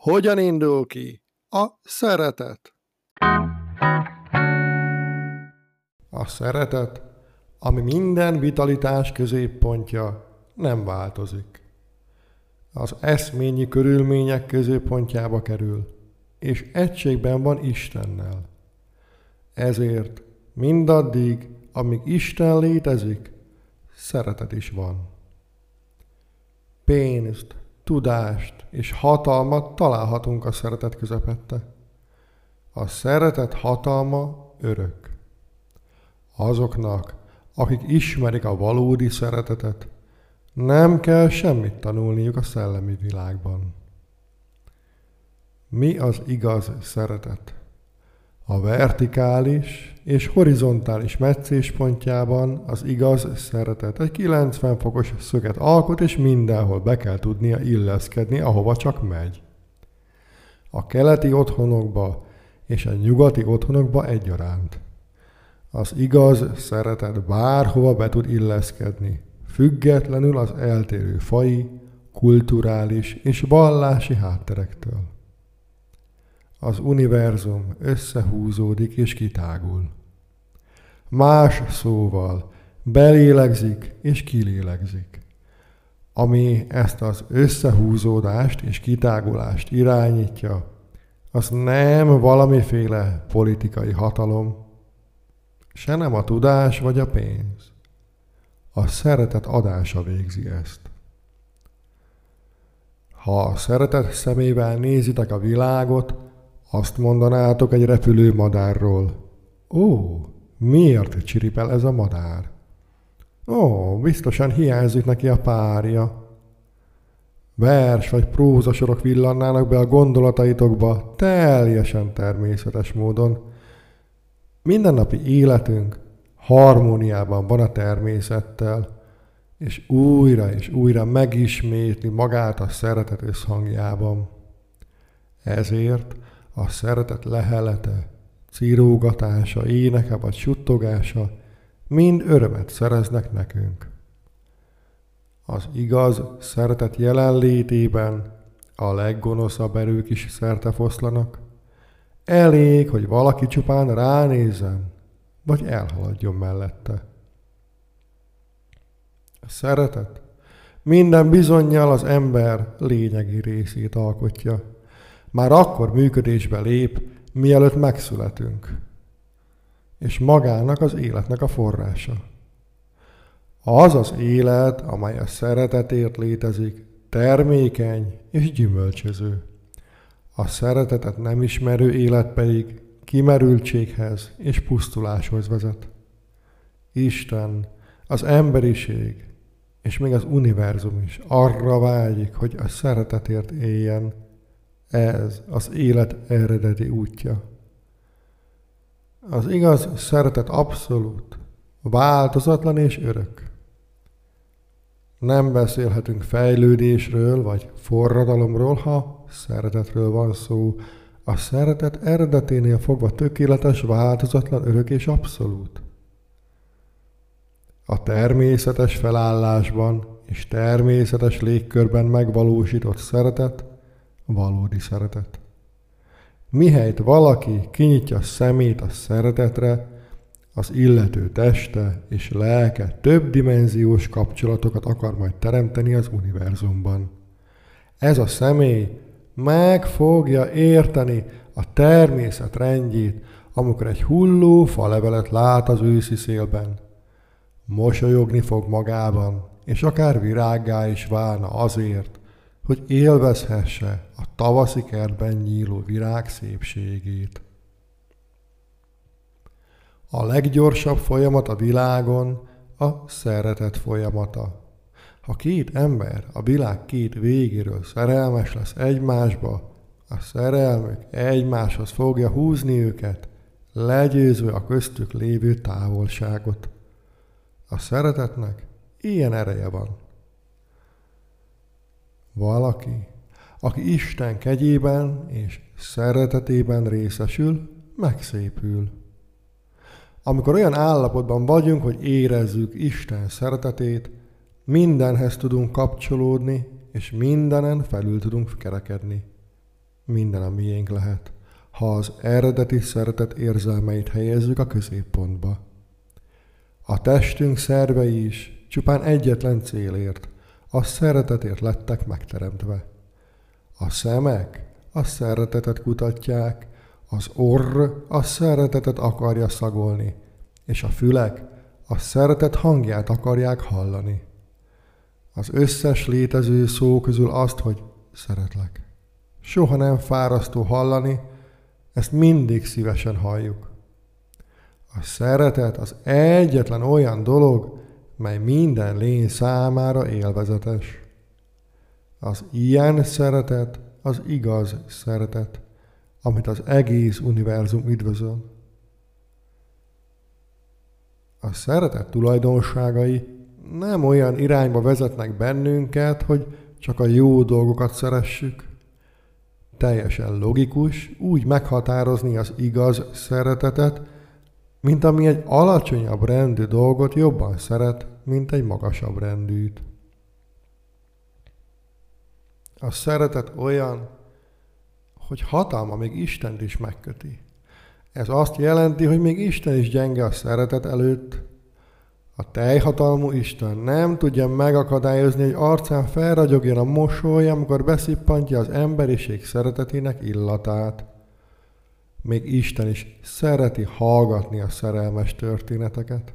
Hogyan indul ki a szeretet? A szeretet, ami minden vitalitás középpontja, nem változik. Az eszményi körülmények középpontjába kerül, és egységben van Istennel. Ezért mindaddig, amíg Isten létezik, szeretet is van. Pénzt, tudást és hatalmat találhatunk a szeretet közepette. A szeretet hatalma örök. Azoknak, akik ismerik a valódi szeretetet, nem kell semmit tanulniuk a szellemi világban. Mi az igaz szeretet? A vertikális és horizontális metszéspontjában az igaz szeretet egy 90 fokos szöget alkot, és mindenhol be kell tudnia illeszkedni, ahova csak megy. A keleti otthonokba és a nyugati otthonokba egyaránt. Az igaz szeretet bárhova be tud illeszkedni, függetlenül az eltérő faji, kulturális és vallási hátterektől. Az univerzum összehúzódik és kitágul. Más szóval belélegzik és kilélegzik. Ami ezt az összehúzódást és kitágulást irányítja, az nem valamiféle politikai hatalom, se nem a tudás vagy a pénz. A szeretet adása végzi ezt. Ha a szeretet szemével nézitek a világot, azt mondanátok egy repülő madárról: ó, miért csiripel ez a madár? Ó, biztosan hiányzik neki a párja. Vers vagy prózasorok villannának be a gondolataitokba teljesen természetes módon. Mindennapi életünk harmóniában van a természettel, és újra megismétli magát a szeretet összhangjában. Ezért a szeretet lehelete, cirógatása, éneke vagy suttogása mind örömet szereznek nekünk. Az igaz szeretet jelenlétében a leggonoszabb erők is szertefoszlanak. Elég, hogy valaki csupán ránézzen, vagy elhaladjon mellette. A szeretet minden bizonnyal az ember lényegi részét alkotja. Már akkor működésbe lép, mielőtt megszületünk, és magának az életnek a forrása. Az az élet, amely a szeretetért létezik, termékeny és gyümölcsöző. A szeretetet nem ismerő élet pedig kimerültséghez és pusztuláshoz vezet. Isten, az emberiség és még az univerzum is arra vágyik, hogy a szeretetért éljen. Ez az élet eredeti útja. Az igaz szeretet abszolút, változatlan és örök. Nem beszélhetünk fejlődésről vagy forradalomról, ha szeretetről van szó. A szeretet eredeténél fogva tökéletes, változatlan, örök és abszolút. A természetes felállásban és természetes légkörben megvalósított szeretet valódi szeretet. Mihelyt valaki kinyitja szemét a szeretetre, az illető teste és lelke többdimenziós kapcsolatokat akar majd teremteni az univerzumban. Ez a személy meg fogja érteni a természet rendjét, amikor egy hulló falevelet lát az őszi szélben. Mosolyogni fog magában, és akár virággá is válna azért, hogy élvezhesse a tavaszi kertben nyíló virág szépségét. A leggyorsabb folyamat a világon a szeretet folyamata. Ha két ember a világ két végéről szerelmes lesz egymásba, a szerelmük egymáshoz fogja húzni őket, legyőzve a köztük lévő távolságot. A szeretetnek ilyen ereje van. Valaki, aki Isten kegyében és szeretetében részesül, megszépül. Amikor olyan állapotban vagyunk, hogy érezzük Isten szeretetét, mindenhez tudunk kapcsolódni, és mindenen felül tudunk kerekedni. minden a miénk lehet, ha az eredeti szeretet érzelmeit helyezzük a középpontba. A testünk szervei is csupán egyetlen célért, a szeretetért lettek megteremtve. A szemek a szeretetet kutatják, az orr a szeretetet akarja szagolni, és a fülek a szeretet hangját akarják hallani. Az összes létező szó közül azt, hogy szeretlek. Soha nem fárasztó hallani, ezt mindig szívesen halljuk. A szeretet az egyetlen olyan dolog, mely minden lény számára élvezetes. Az ilyen szeretet az igaz szeretet, amit az egész univerzum üdvözöl. A szeretet tulajdonságai nem olyan irányba vezetnek bennünket, hogy csak a jó dolgokat szeressük. Teljesen logikus úgy meghatározni az igaz szeretetet, mint ami egy alacsonyabb rendű dolgot jobban szeret, mint egy magasabb rendűt. A szeretet olyan, hogy hatalma még Istent is megköti. Ez azt jelenti, hogy még Isten is gyenge a szeretet előtt. A teljhatalmú Isten nem tudja megakadályozni, hogy arcán felragyogjon a mosoly, amikor beszippantja az emberiség szeretetének illatát. Még Isten is szereti hallgatni a szerelmes történeteket.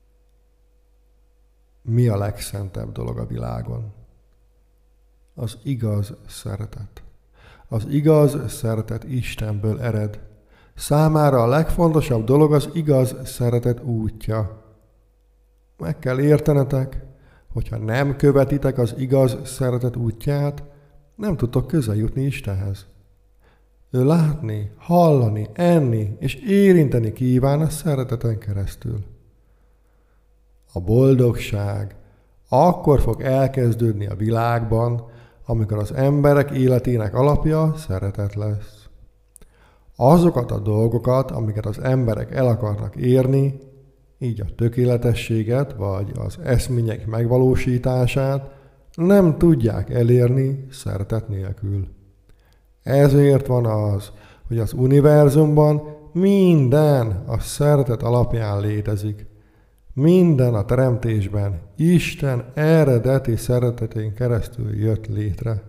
Mi a legszentebb dolog a világon? Az igaz szeretet. Az igaz szeretet Istenből ered. Számára a legfontosabb dolog az igaz szeretet útja. Meg kell értenetek, hogyha nem követitek az igaz szeretet útját, nem tudtok közel jutni Istenhez. Ő látni, hallani, enni és érinteni kíván a szereteten keresztül. A boldogság akkor fog elkezdődni a világban, amikor az emberek életének alapja szeretet lesz. Azokat a dolgokat, amiket az emberek el akarnak érni, így a tökéletességet vagy az eszmények megvalósítását nem tudják elérni szeretet nélkül. Ezért van az, hogy az univerzumban minden a szeretet alapján létezik. Minden a teremtésben Isten eredeti szeretetén keresztül jött létre.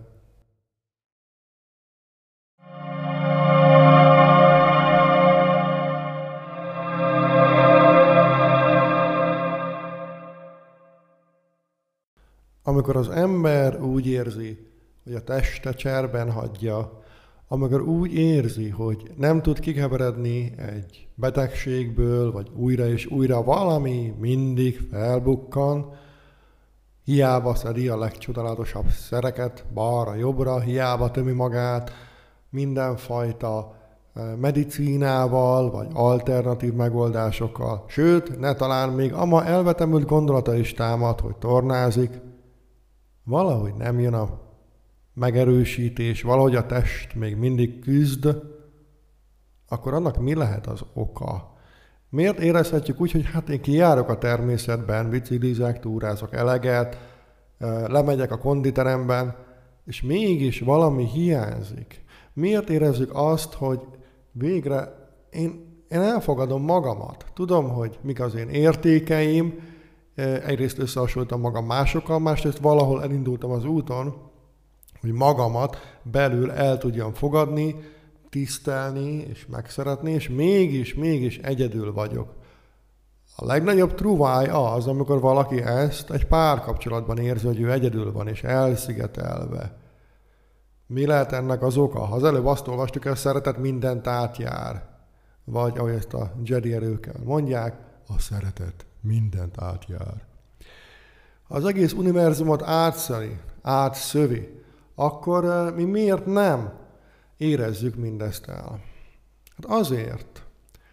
Amikor az ember úgy érzi, hogy a teste cserben hagyja, amikor úgy érzi, hogy nem tud kikeveredni egy betegségből, vagy újra és újra valami mindig felbukkan, hiába szedi a legcsodálatosabb szereket balra-jobbra, hiába tömi magát mindenfajta medicínával, vagy alternatív megoldásokkal, sőt, ne talán még ama elvetemült gondolata is támad, hogy tornázik, valahogy nem jön a megerősítés, valahogy a test még mindig küzd, akkor annak mi lehet az oka? Miért érezhetjük úgy, hogy hát én kijárok a természetben, biciklizek, túrázok eleget, lemegyek a konditeremben, és mégis valami hiányzik. Miért érezzük azt, hogy végre én elfogadom magamat? Tudom, hogy mik az én értékeim, egyrészt összehasonlítom magam másokkal, másrészt valahol elindultam az úton, hogy magamat belül el tudjam fogadni, tisztelni és megszeretni, és mégis egyedül vagyok. A legnagyobb truváj az, amikor valaki ezt egy párkapcsolatban érzi, hogy ő egyedül van és elszigetelve. Mi lehet ennek az oka? Az előbb azt olvastuk, hogy a szeretet mindent átjár. Vagy ahogy ezt a Jedi erőkkel mondják, a szeretet mindent átjár. Ha az egész univerzumot átszövi, akkor mi miért nem érezzük mindezt el? Hát azért,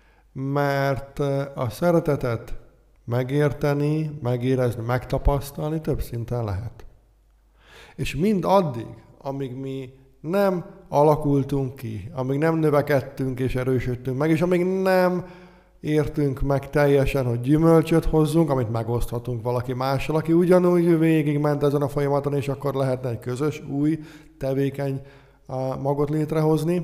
mert a szeretetet megérteni, megérezni, megtapasztalni több szinten lehet. És mind addig, amíg mi nem alakultunk ki, amíg nem növekedtünk és erősödtünk meg, és amíg nem értünk meg teljesen, hogy gyümölcsöt hozzunk, amit megoszthatunk valaki mással, aki ugyanúgy végigment ezen a folyamaton, és akkor lehetne egy közös, új, tevékeny a magot létrehozni,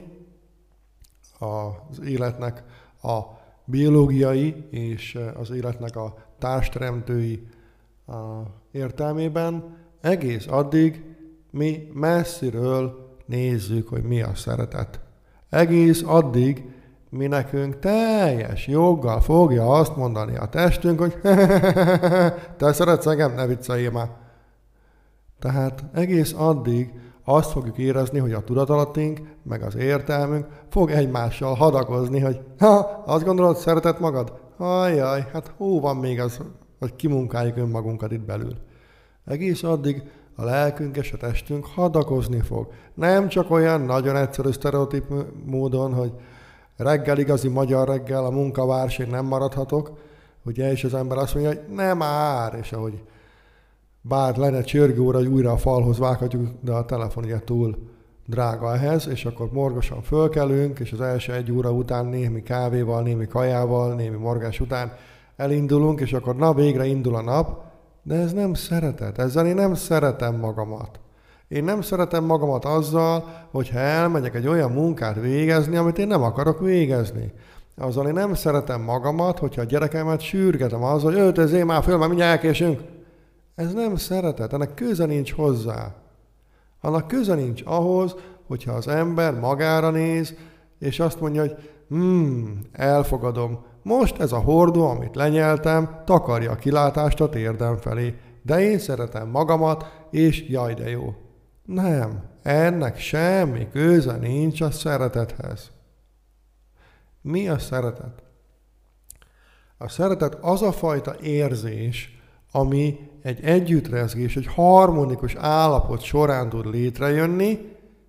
az életnek a biológiai és az életnek a társteremtői értelmében, egész addig mi messziről nézzük, hogy mi a szeretet. Egész addig mi nekünk teljes joggal fogja azt mondani a testünk, hogy te szeretsz engem, ne vicceljél már. Tehát egész addig azt fogjuk érezni, hogy a tudatalattunk, meg az értelmünk fog egymással hadakozni, hogy azt gondolod, szereted magad? Ajjaj, hát hó van még az, hogy kimunkáljuk önmagunkat itt belül. Egész addig a lelkünk és a testünk hadakozni fog. Nem csak olyan nagyon egyszerű sztereotíp módon, hogy reggel, igazi magyar reggel, a munka vár, és én nem maradhatok, ugye, és az ember azt mondja, hogy nem már, és ahogy bár lenne csörgőóra, hogy újra a falhoz vághatjuk, de a telefon ugye túl drága ehhez, és akkor morgosan fölkelünk, és az első 1 óra után némi kávéval, némi kajával, némi morgás után elindulunk, és akkor na végre indul a nap, de ez nem szeretet, ezzel én nem szeretem magamat. Én nem szeretem magamat azzal, hogyha elmegyek egy olyan munkát végezni, amit én nem akarok végezni. Azzal én nem szeretem magamat, hogyha a gyerekemet sürgetem azzal, hogy öltözzél már föl, mert mindjárt elkésünk. Ez nem szeretet, ennek köze nincs hozzá. Annak köze nincs ahhoz, hogyha az ember magára néz, és azt mondja, hogy elfogadom, most ez a hordó, amit lenyeltem, takarja a kilátást a térdem felé, de én szeretem magamat, és jaj de jó. Nem, ennek semmi köze nincs a szeretethez. Mi a szeretet? A szeretet az a fajta érzés, ami egy együttrezgés, egy harmonikus állapot során tud létrejönni,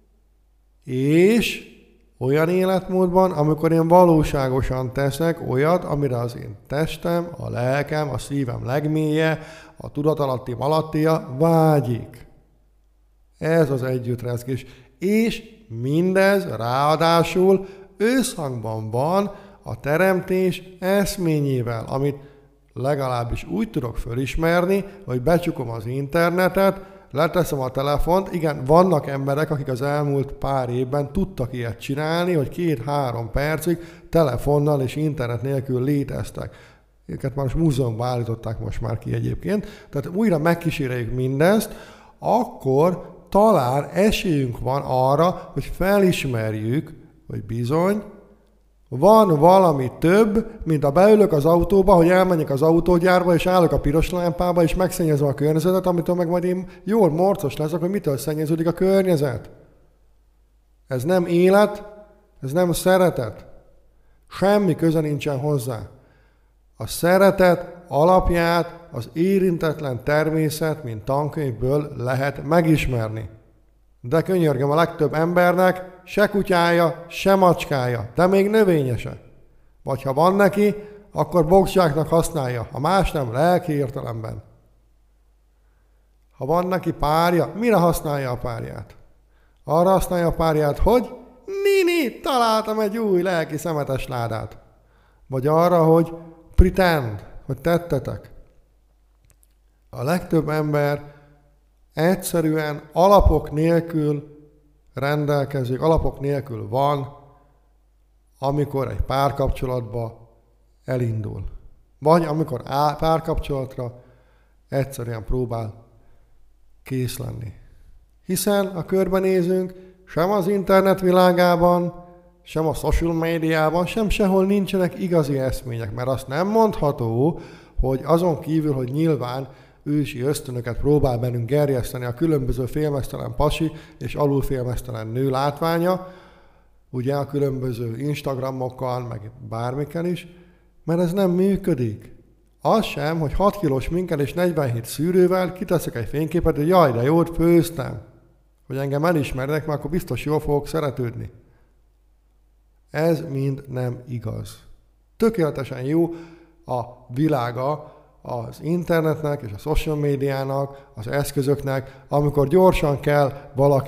és olyan életmódban, amikor én valóságosan teszek olyat, amire az én testem, a lelkem, a szívem legmélye, a tudatalattim alattia vágyik. Ez az együttrezgés. És mindez ráadásul összhangban van a teremtés eszményével, amit legalábbis úgy tudok fölismerni, hogy becsukom az internetet, leteszem a telefont. Igen, vannak emberek, akik az elmúlt pár évben tudtak ilyet csinálni, hogy 2-3 percig telefonnal és internet nélkül léteztek. Őket már most múzeumban állították most már ki egyébként. Tehát újra megkíséreljük mindezt, akkor talán esélyünk van arra, hogy felismerjük, hogy bizony, van valami több, mint a beülök az autóba, hogy elmenjek az autógyárba, és állok a piros lámpába, és megszennyezem a környezetet, amitől meg majd én jól morcos leszek, hogy mitől szennyeződik a környezet. Ez nem élet, ez nem szeretet. Semmi köze nincsen hozzá. A szeretet alapját az érintetlen természet, mint tankönyvből lehet megismerni. De könyörgöm, a legtöbb embernek se kutyája, se macskája, de még növényese. Vagy ha van neki, akkor boxzsáknak használja, a más nem, lelki értelemben. Ha van neki párja, mire használja a párját? Arra használja a párját, hogy Nini, találtam egy új lelki szemetes ládát. Vagy arra, hogy pretend, hogy tettetek. A legtöbb ember egyszerűen alapok nélkül rendelkezik, alapok nélkül van, amikor egy párkapcsolatba elindul. Vagy amikor párkapcsolatra egyszerűen próbál kész lenni. Hiszen a körbenézünk, sem az internet világában, sem a social médiában, sem sehol nincsenek igazi eszmények, mert azt nem mondható, hogy azon kívül, hogy nyilván ősi ösztönöket próbál bennünk gerjeszteni a különböző félmeztelen pasi és alulfélmeztelen nő látványa, ugye a különböző Instagramokkal, meg bármikkel is, mert ez nem működik. Az sem, hogy 6 kilós minket és 47 szűrővel kiteszek egy fényképet, hogy jaj, de jót főztem, hogy engem elismernek, mert akkor biztos jól fogok szeretődni. Ez mind nem igaz. Tökéletesen jó a világa az internetnek és a social médiának, az eszközöknek, amikor gyorsan kell valakit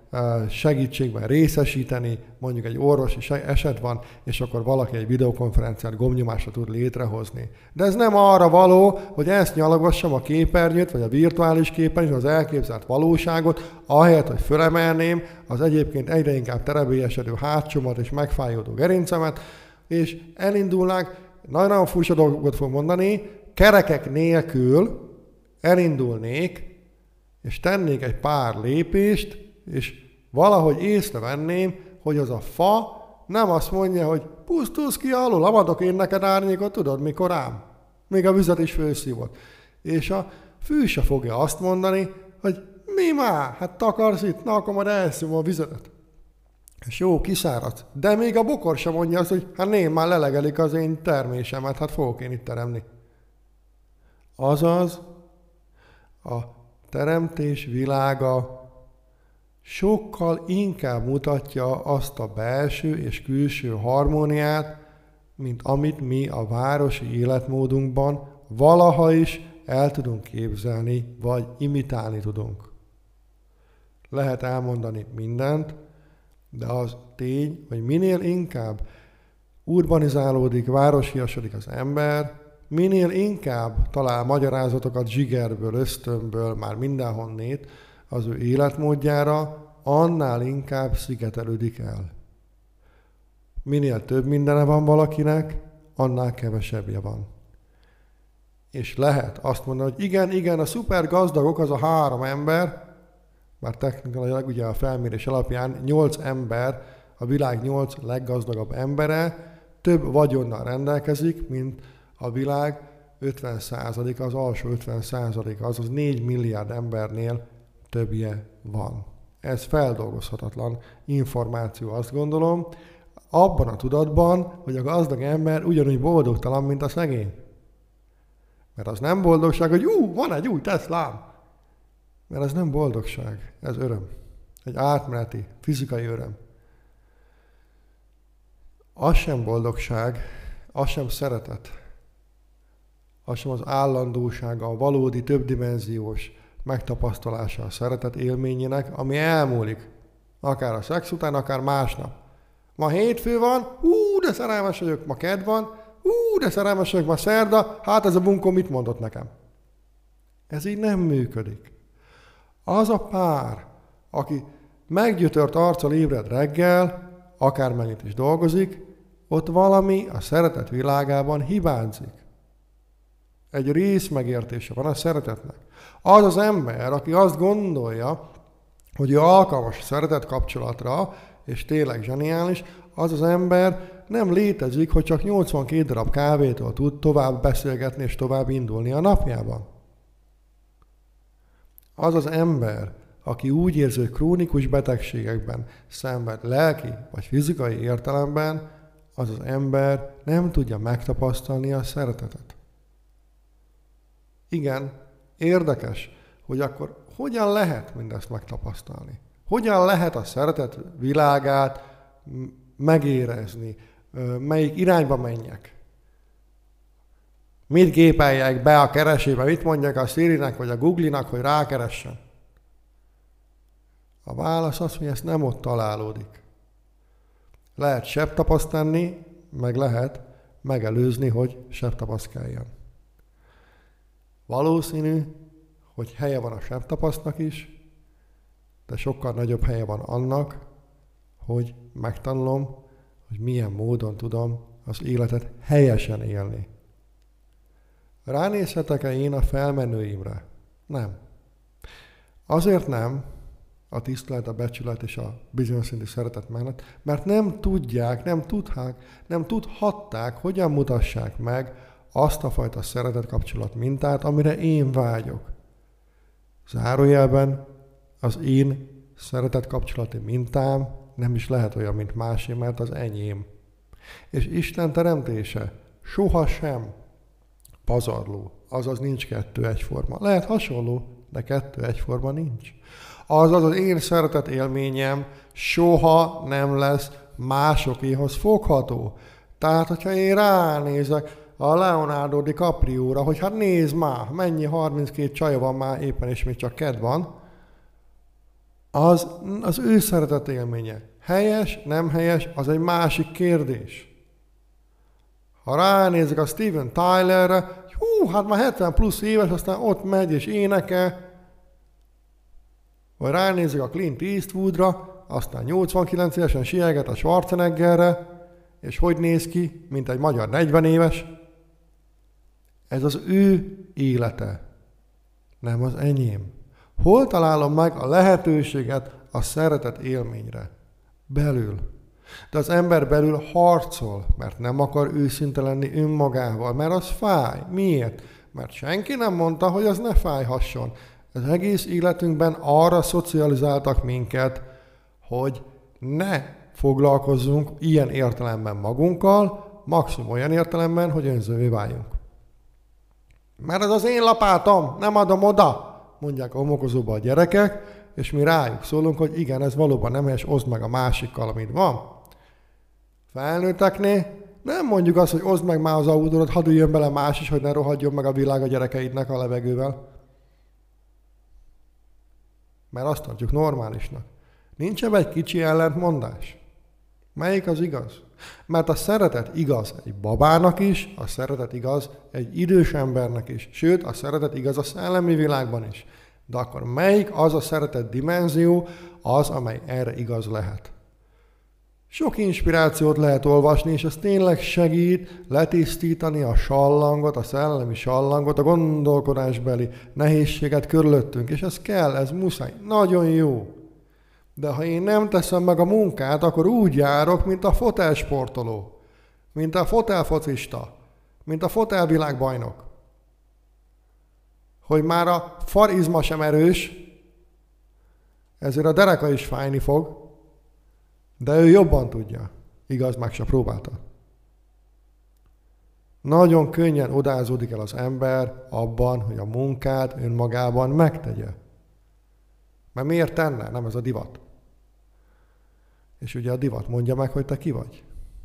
segítségben részesíteni, mondjuk egy orvosi eset van, és akkor valaki egy videokonferenciát gombnyomásra tud létrehozni. De ez nem arra való, hogy ezt nyalogassam a képernyőt, vagy a virtuális képernyőt, az elképzelt valóságot, ahelyett, hogy fölemelném az egyébként egyre inkább terebélyesedő hátsomat és megfájódó gerincemet, és elindulnánk, nagyon furcsa dolgokat fog mondani, kerekek nélkül elindulnék, és tennék egy pár lépést, és valahogy észrevenném, hogy az a fa nem azt mondja, hogy pusztulsz ki alul, adok én neked árnyékot, tudod mikor ám? Még a vizet is főszívott. És a fű se fogja azt mondani, hogy mi már, hát takarsz itt, na akkor majd elszívom a vizedet. És jó, kiszáradsz. De még a bokor sem mondja azt, hogy hát nem, már lelegelik az én termésemet, hát fogok én itt teremni. Azaz, a teremtés világa sokkal inkább mutatja azt a belső és külső harmóniát, mint amit mi a városi életmódunkban valaha is el tudunk képzelni, vagy imitálni tudunk. Lehet elmondani mindent, de az tény, hogy minél inkább urbanizálódik, városiasodik az ember, minél inkább talál magyarázatokat zsigerből, ösztönből, már mindenhonnét az ő életmódjára, annál inkább szigetelődik el. Minél több mindene van valakinek, annál kevesebbje van. És lehet azt mondani, hogy igen, a szuper gazdagok az a 3 ember, bár technikailag ugye a felmérés alapján 8 ember, a világ 8 leggazdagabb embere több vagyonnal rendelkezik, mint a világ 50%, az alsó 50%, azaz 4 milliárd embernél többje van. Ez feldolgozhatatlan információ, azt gondolom, abban a tudatban, hogy a gazdag ember ugyanúgy boldogtalan, mint a szegény. Mert az nem boldogság, hogy van egy új Teslám. Mert ez nem boldogság, ez öröm. Egy átmeneti, fizikai öröm. Az sem boldogság, az sem szeretet. Az sem az állandósága, a valódi többdimenziós megtapasztalása a szeretet élményének, ami elmúlik. Akár a szex után, akár másnap. Ma hétfő van, de szerelmes vagyok, ma kedd van, de szerelmes vagyok, ma szerda, hát ez a bunkó mit mondott nekem? Ez így nem működik. Az a pár, aki meggyötört arccal ébred reggel, akármennyit is dolgozik, ott valami a szeretet világában hibázik. Egy részmegértése van a szeretetnek. Az az ember, aki azt gondolja, hogy ő alkalmas a szeretet kapcsolatra, és tényleg zseniális, az az ember nem létezik, hogy csak 82 darab kávétól tud tovább beszélgetni és tovább indulni a napjában. Az az ember, aki úgy érzi, hogy krónikus betegségekben szenved lelki vagy fizikai értelemben, az az ember nem tudja megtapasztalni a szeretetet. Igen, érdekes, hogy akkor hogyan lehet mindezt megtapasztalni? Hogyan lehet a szeretet világát megérezni? Melyik irányba menjek? Mit gépeljek be a keresébe? Mit mondjak a Sirinek vagy a Google-nak, hogy rákeressen? A válasz az, hogy ezt nem ott találódik. Lehet sebtapaszt tenni, meg lehet megelőzni, hogy sebtapaszt kelljen. Valószínű, hogy helye van a sebtapasztnak is, de sokkal nagyobb helye van annak, hogy megtanulom, hogy milyen módon tudom az életet helyesen élni. Ránézhetek-e én a felmenőimre? Nem. Azért nem, a tisztelet, a becsület és a bizonyos szintű szeretet mellett, mert nem tudják, nem tudhatták, hogyan mutassák meg azt a fajta szeretet kapcsolat mintát, amire én vágyok. Zárójelben az én szeretet kapcsolati mintám nem is lehet olyan, mint másé, mert az enyém. És Isten teremtése sohasem pazarló, azaz nincs 2 egyforma. Lehet hasonló, de 2 egyforma nincs. Azaz az én szeretet élményem soha nem lesz másokéhoz fogható. Tehát, hogyha én ránézek a Leonardo DiCaprio-ra, hogy hát nézd már, mennyi 32 csaja van már éppen, és még csak kedd van, az ő szeretet élménye. Helyes, nem helyes, az egy másik kérdés. Ha ránézek a Steven Tylerre, hát már 70 plusz éves, aztán ott megy és énekel, vagy ránézek a Clint Eastwoodra, aztán 89 évesen sieget a Schwarzeneggerre, és hogy néz ki, mint egy magyar 40 éves. Ez az ő élete, nem az enyém. Hol találom meg a lehetőséget a szeretet élményre? Belül. De az ember belül harcol, mert nem akar őszinte lenni önmagával, mert az fáj. Miért? Mert senki nem mondta, hogy az ne fájhasson. Az egész életünkben arra szocializáltak minket, hogy ne foglalkozzunk ilyen értelemben magunkkal, maximum olyan értelemben, hogy önzővé váljunk. Mert ez az én lapátom, nem adom oda, mondják a homokozóba a gyerekek, és mi rájuk szólunk, hogy igen, ez valóban nem helyes, oszd meg a másikkal, amit van. Felnőtteknél nem mondjuk azt, hogy oszd meg már az autódat, hadd üljön bele más is, hogy ne rohadjon meg a világ a gyerekeidnek a levegővel. Mert azt tartjuk normálisnak. Nincs ebben egy kicsi ellentmondás? Melyik az igaz? Mert a szeretet igaz egy babának is, a szeretet igaz egy idős embernek is, sőt, a szeretet igaz a szellemi világban is. De akkor melyik az a szeretet dimenzió, az, amely erre igaz lehet? Sok inspirációt lehet olvasni, és ez tényleg segít letisztítani a sallangot, a szellemi sallangot, a gondolkodásbeli nehézséget körülöttünk, és ez kell, ez muszáj, nagyon jó. De ha én nem teszem meg a munkát, akkor úgy járok, mint a fotelsportoló, mint a fotelfocista, mint a fotelvilágbajnok. Hogy már a farizma sem erős, ezért a dereka is fájni fog, de ő jobban tudja. Igaz, meg se próbálta. Nagyon könnyen odázódik el az ember abban, hogy a munkát önmagában megtegye. Mert miért tenne? Nem ez a divat. És ugye a divat mondja meg, hogy te ki vagy.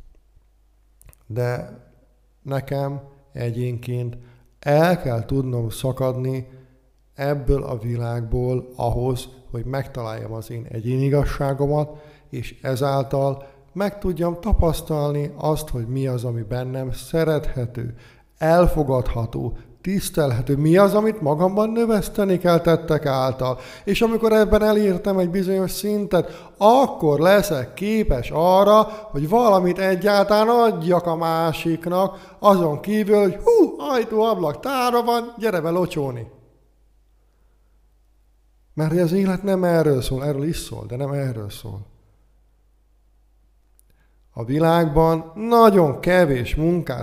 De nekem egyénként el kell tudnom szakadni ebből a világból ahhoz, hogy megtaláljam az én egyéni igazságomat, és ezáltal meg tudjam tapasztalni azt, hogy mi az, ami bennem szerethető, elfogadható, tisztelhető, mi az, amit magamban növeszteni kell tettek által. És amikor ebben elértem egy bizonyos szintet, akkor leszek képes arra, hogy valamit egyáltalán adjak a másiknak, azon kívül, hogy ajtó, ablak, tára van, gyere be locsolni. Mert az élet nem erről szól, erről is szól, de nem erről szól. A világban nagyon kevés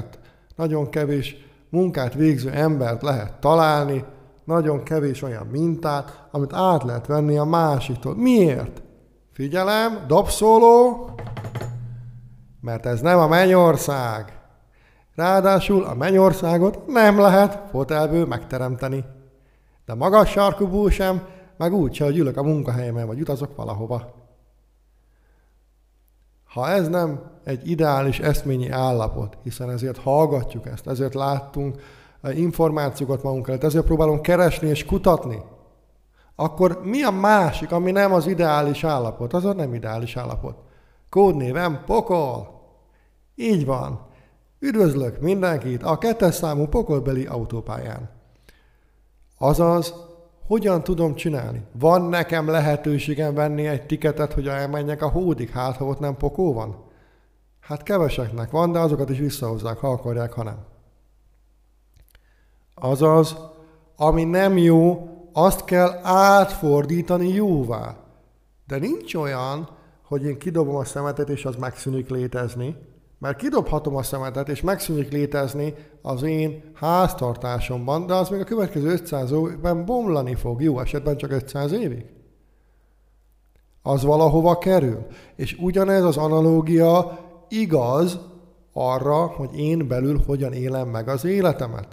munkát végző embert lehet találni, nagyon kevés olyan mintát, amit át lehet venni a másiktól. Miért? Figyelem, dobszóló, mert ez nem a mennyország. Ráadásul a mennyországot nem lehet fotelből megteremteni. De magas sarkúból sem, meg úgyse, hogy ülök a munkahelyemen, vagy utazok valahova. Ha ez nem egy ideális eszményi állapot, hiszen ezért hallgatjuk ezt, ezért láttunk információkat magunk előtt, ezért próbálunk keresni és kutatni, akkor mi a másik, ami nem az ideális állapot? Az a nem ideális állapot. Kódnévem Pokol. Így van. Üdvözlök mindenkit a 2-es számú pokolbeli autópályán. Azaz, hogyan tudom csinálni? Van nekem lehetőségem venni egy tiketet, hogy elmenjek a Hódig, hát ha ott nem pokol van? Hát keveseknek van, de azokat is visszahozzák, ha akarják, ha nem. Azaz, ami nem jó, azt kell átfordítani jóvá. De nincs olyan, hogy én kidobom a szemetet, és az megszűnik létezni, mert kidobhatom a szemetet, és megszűnik létezni az én háztartásomban, de az még a következő 500 évben bomlani fog, jó esetben csak 500 évig. Az valahova kerül. És ugyanez az analógia igaz arra, hogy én belül hogyan élem meg az életemet.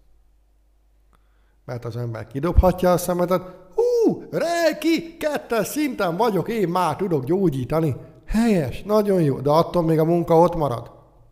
Mert az ember kidobhatja a szemetet, Reki, 2-es szinten vagyok, én már tudok gyógyítani. Helyes, nagyon jó, de attól még a munka ott marad.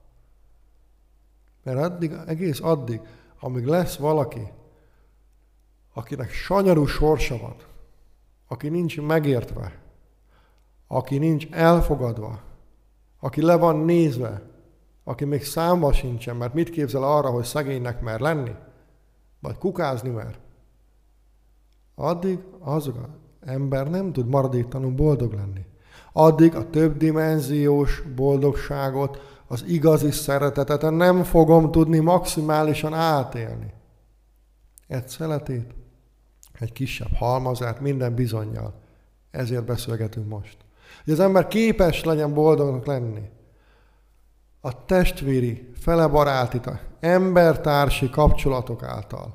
Mert egész addig, amíg lesz valaki, akinek sanyarú sorsa van, aki nincs megértve, aki nincs elfogadva, aki le van nézve, aki még számba sincsen, mert mit képzel arra, hogy szegénynek mer lenni? Vagy kukázni mer? Addig az ember nem tud maradéktalanul boldog lenni. Addig a többdimenziós boldogságot, az igazi szeretetet nem fogom tudni maximálisan átélni. Egy szeletét, egy kisebb halmazát minden bizonnyal. Ezért beszélgetünk most. Hogy az ember képes legyen boldognak lenni. A testvéri, felebaráti, embertársi kapcsolatok által.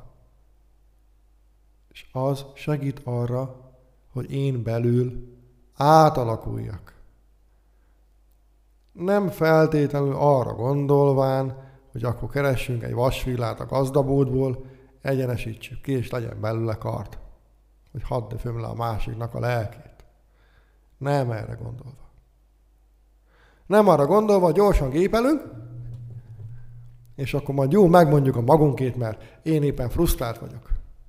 És az segít arra, hogy én belül átalakuljak. Nem feltétlenül arra gondolván, hogy akkor keressünk egy vasvillát a gazdabódból, egyenesítsük ki, és legyen belőle kard, hogy hadd föl le a másiknak a lelkét. Nem erre gondolva. Nem arra gondolva, gyorsan gépelünk, és akkor majd jó, megmondjuk a magunkét, mert én éppen frusztrált vagyok.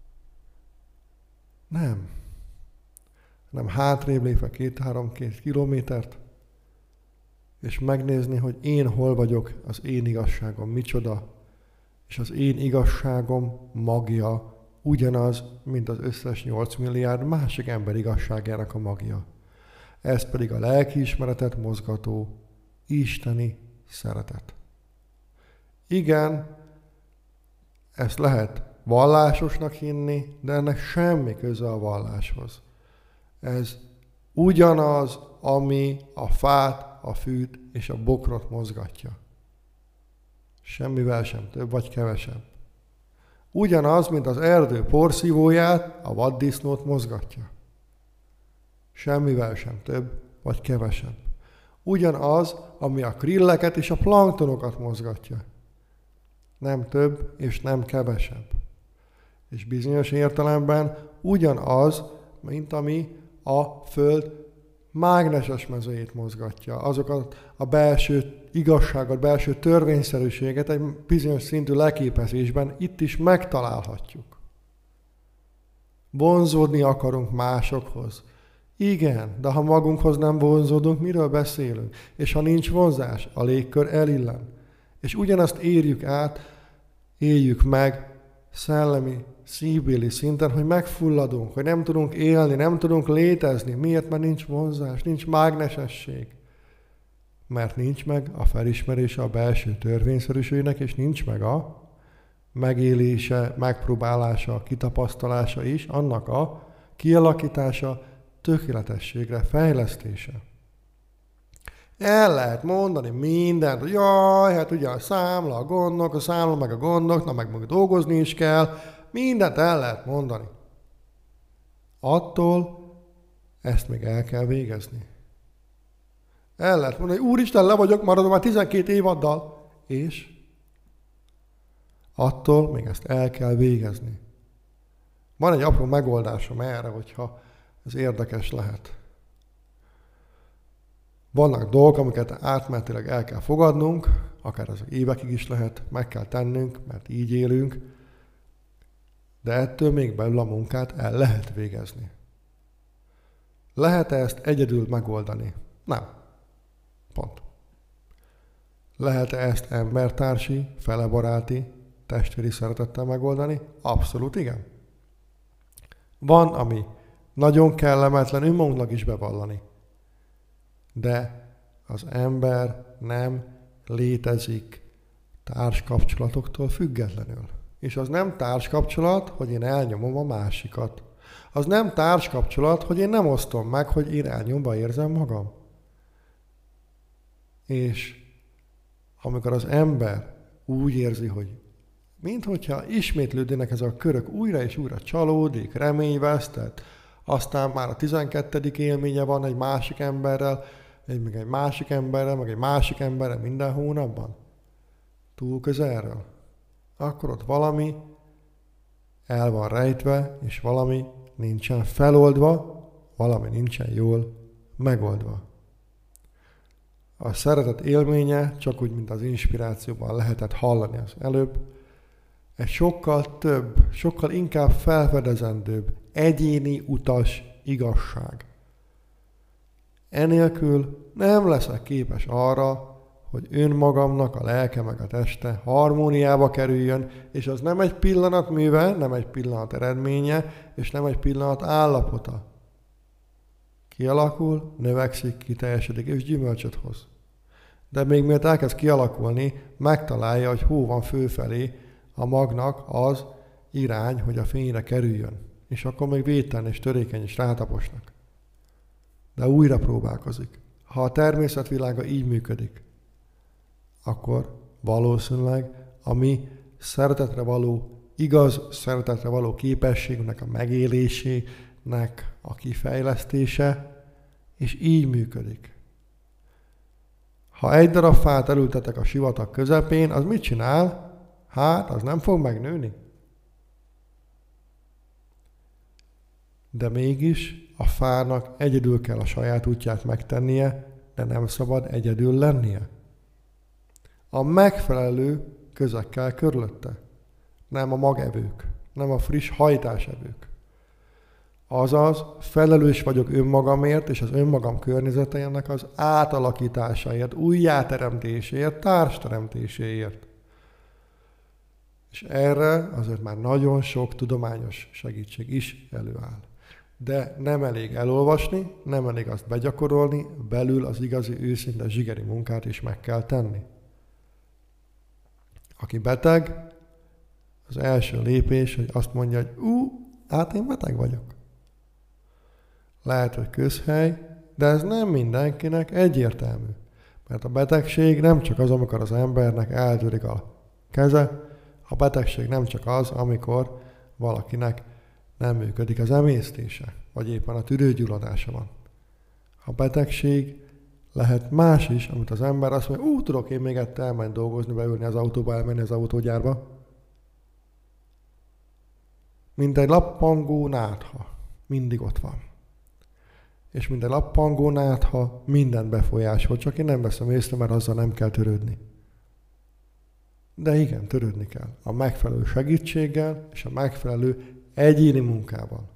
Nem. Hanem hátrébb lépve 2-3 kilométert, és megnézni, hogy én hol vagyok, az én igazságom micsoda, és az én igazságom magja ugyanaz, mint az összes 8 milliárd másik ember igazságának a magja. Ez pedig a lelkiismeretet mozgató, isteni szeretet. Igen, ezt lehet vallásosnak hinni, de ennek semmi köze a valláshoz. Ez ugyanaz, ami a fát, a fűt és a bokrot mozgatja. Semmivel sem több vagy kevesebb. Ugyanaz, mint az erdő porszívóját, a vaddisznót mozgatja. Semmivel sem több vagy kevesebb. Ugyanaz, ami a krilleket és a planktonokat mozgatja. Nem több és nem kevesebb. És bizonyos értelemben ugyanaz, mint ami a Föld mágneses mezőjét mozgatja. Azokat a belső igazságot, belső törvényszerűséget egy bizonyos szintű leképezésben itt is megtalálhatjuk. Vonzódni akarunk másokhoz. Igen, de ha magunkhoz nem vonzódunk, miről beszélünk? És ha nincs vonzás, a légkör elillen. És ugyanazt érjük át, éljük meg szellemi, szívbéli szinten, hogy megfulladunk, hogy nem tudunk élni, nem tudunk létezni. Miért? Mert nincs vonzás, nincs mágnesesség. Mert nincs meg a felismerése a belső törvényszerűségnek, és nincs meg a megélése, megpróbálása, kitapasztalása is, annak a kialakítása, tökéletességre fejlesztése. El lehet mondani mindent, hogy jaj, hát ugye a számla, a gondok, a számla meg a gondok, na meg dolgozni is kell, mindent el lehet mondani. Attól ezt még el kell végezni. El lehet mondani, hogy úristen, le vagyok, maradom már 12 évaddal, és attól még ezt el kell végezni. Van egy apró megoldásom erre, hogyha ez érdekes lehet. Vannak dolgok, amiket átmenetileg el kell fogadnunk, akár azok évekig is lehet, meg kell tennünk, mert így élünk, de ettől még belül a munkát el lehet végezni. Lehet-e ezt egyedül megoldani? Nem. Pont. Lehet-e ezt embertársi, felebaráti, testvéri szeretettel megoldani? Abszolút igen. Van, ami nagyon kellemetlen önmagunknak is bevallani. De az ember nem létezik társkapcsolatoktól függetlenül. És az nem társkapcsolat, hogy én elnyomom a másikat. Az nem társkapcsolat, hogy én nem osztom meg, hogy én elnyomva érzem magam. És amikor az ember úgy érzi, hogy minthogyha ismétlődnének ez a körök újra és újra csalódik, reményvesztett, aztán már a 12. élménye van egy másik emberrel, meg egy másik emberrel, meg egy másik emberrel minden hónapban. Túl közelről. Akkor ott valami el van rejtve, és valami nincsen feloldva, valami nincsen jól megoldva. A szeretet élménye, csak úgy, mint az inspirációban lehetett hallani az előbb, egy sokkal több, sokkal inkább felfedezendőbb, egyéni utas igazság. Enélkül nem leszek képes arra, hogy önmagamnak a lelke meg a teste harmóniába kerüljön, és az nem egy pillanat műve, nem egy pillanat eredménye, és nem egy pillanat állapota. Kialakul, növekszik, kiteljesedik, és gyümölcsöt hoz. De még mielőtt elkezd kialakulni, megtalálja, hogy hol van fölfelé a magnak az irány, hogy a fényre kerüljön. És akkor még védtelen és törékeny és rátaposnak. De újra próbálkozik. Ha a természetvilága így működik, akkor valószínűleg a mi szeretetre való, igaz szeretetre való képességünknek a megélésének a kifejlesztése, és így működik. Ha egy darab fát elültetek a sivatag közepén, az mit csinál? Hát, az nem fog megnőni. De mégis a fának egyedül kell a saját útját megtennie, de nem szabad egyedül lennie. A megfelelő közekkel körülötte. Nem a magevők, nem a friss hajtásevők. Azaz, felelős vagyok önmagamért és az önmagam környezetének az átalakításáért, újjáteremtéséért, társteremtéséért. És erre azért már nagyon sok tudományos segítség is előáll. De nem elég elolvasni, nem elég azt begyakorolni, belül az igazi, őszinte, zsigeri munkát is meg kell tenni. Aki beteg, az első lépés, hogy azt mondja, hogy hát én beteg vagyok. Lehet, hogy közhely, de ez nem mindenkinek egyértelmű. Mert a betegség nem csak az, amikor az embernek eltörik a keze, a betegség nem csak az, amikor valakinek nem működik az emésztése, vagy éppen a tüdőgyulladása van. A betegség lehet más is, amit az ember azt mondja, tudok én még ettől elmenni dolgozni, beülni az autóba, elmenni az autógyárba. Mint egy lappangó nátha, mindig ott van. És mint egy lappangó nátha, mindent befolyásol, csak én nem veszem észre, mert azzal nem kell törődni. De igen, törődni kell. A megfelelő segítséggel és a megfelelő egyéni munkával.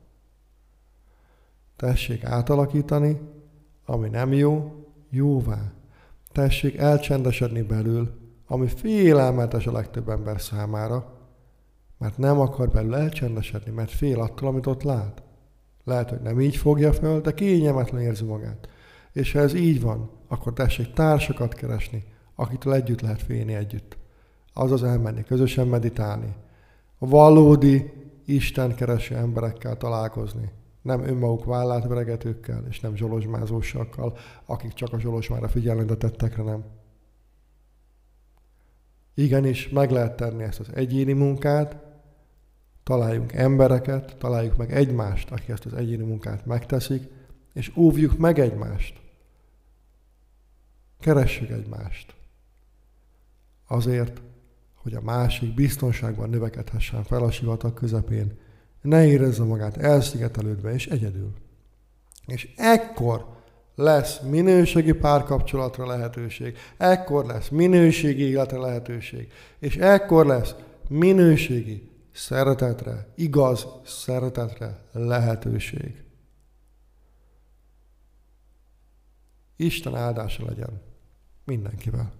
Tessék átalakítani, ami nem jó, jóvá. Tessék elcsendesedni belül, ami félelmetes a legtöbb ember számára, mert nem akar belül elcsendesedni, mert fél attól, amit ott lát. Lehet, hogy nem így fogja föl, de kényelmetlen érzi magát. És ha ez így van, akkor tessék társakat keresni, akitől együtt lehet félni együtt. Azaz elmenni, közösen meditálni. Valódi istenkereső emberekkel találkozni. Nem önmaguk vállát veregetőkkel, és nem zsolozsmázósakkal, akik csak a zsolozsmára figyelnek, de tettekre nem. Igenis, meg lehet tenni ezt az egyéni munkát, találjunk embereket, találjuk meg egymást, akik ezt az egyéni munkát megteszik, és óvjuk meg egymást. Keressük egymást. Azért, hogy a másik biztonságban növekedhessen fel a sivatag közepén, ne érezze magát elszigetelődve és egyedül. És ekkor lesz minőségi párkapcsolatra lehetőség, ekkor lesz minőségi életre lehetőség, és ekkor lesz minőségi szeretetre, igaz szeretetre lehetőség. Isten áldása legyen mindenkivel.